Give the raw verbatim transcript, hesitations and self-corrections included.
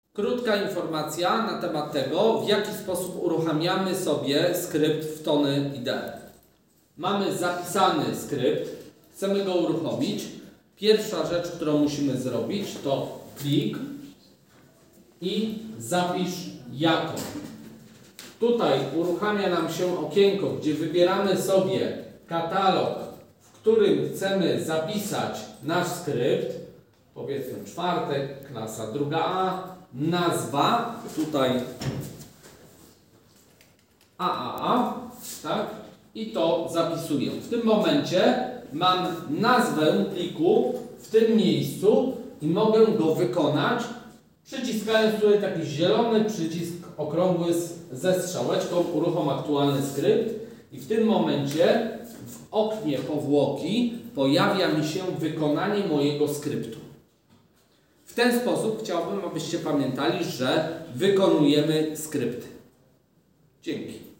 Krótka informacja na temat tego, w jaki sposób uruchamiamy sobie skrypt w Tony I D E. Mamy zapisany skrypt, chcemy go uruchomić. Pierwsza rzecz, którą musimy zrobić, to klik i zapisz jako. Tutaj uruchamia nam się okienko, gdzie wybieramy sobie katalog, w którym chcemy zapisać nasz skrypt. Powiedzmy czwartek, klasa druga A, nazwa, tutaj A A A, tak? I to zapisuję. W tym momencie mam nazwę pliku w tym miejscu i mogę go wykonać, przyciskając tutaj taki zielony przycisk okrągły z, ze strzałeczką uruchom aktualny skrypt i w tym momencie w oknie powłoki pojawia mi się wykonanie mojego skryptu. W ten sposób chciałbym, abyście pamiętali, że wykonujemy skrypty. Dzięki.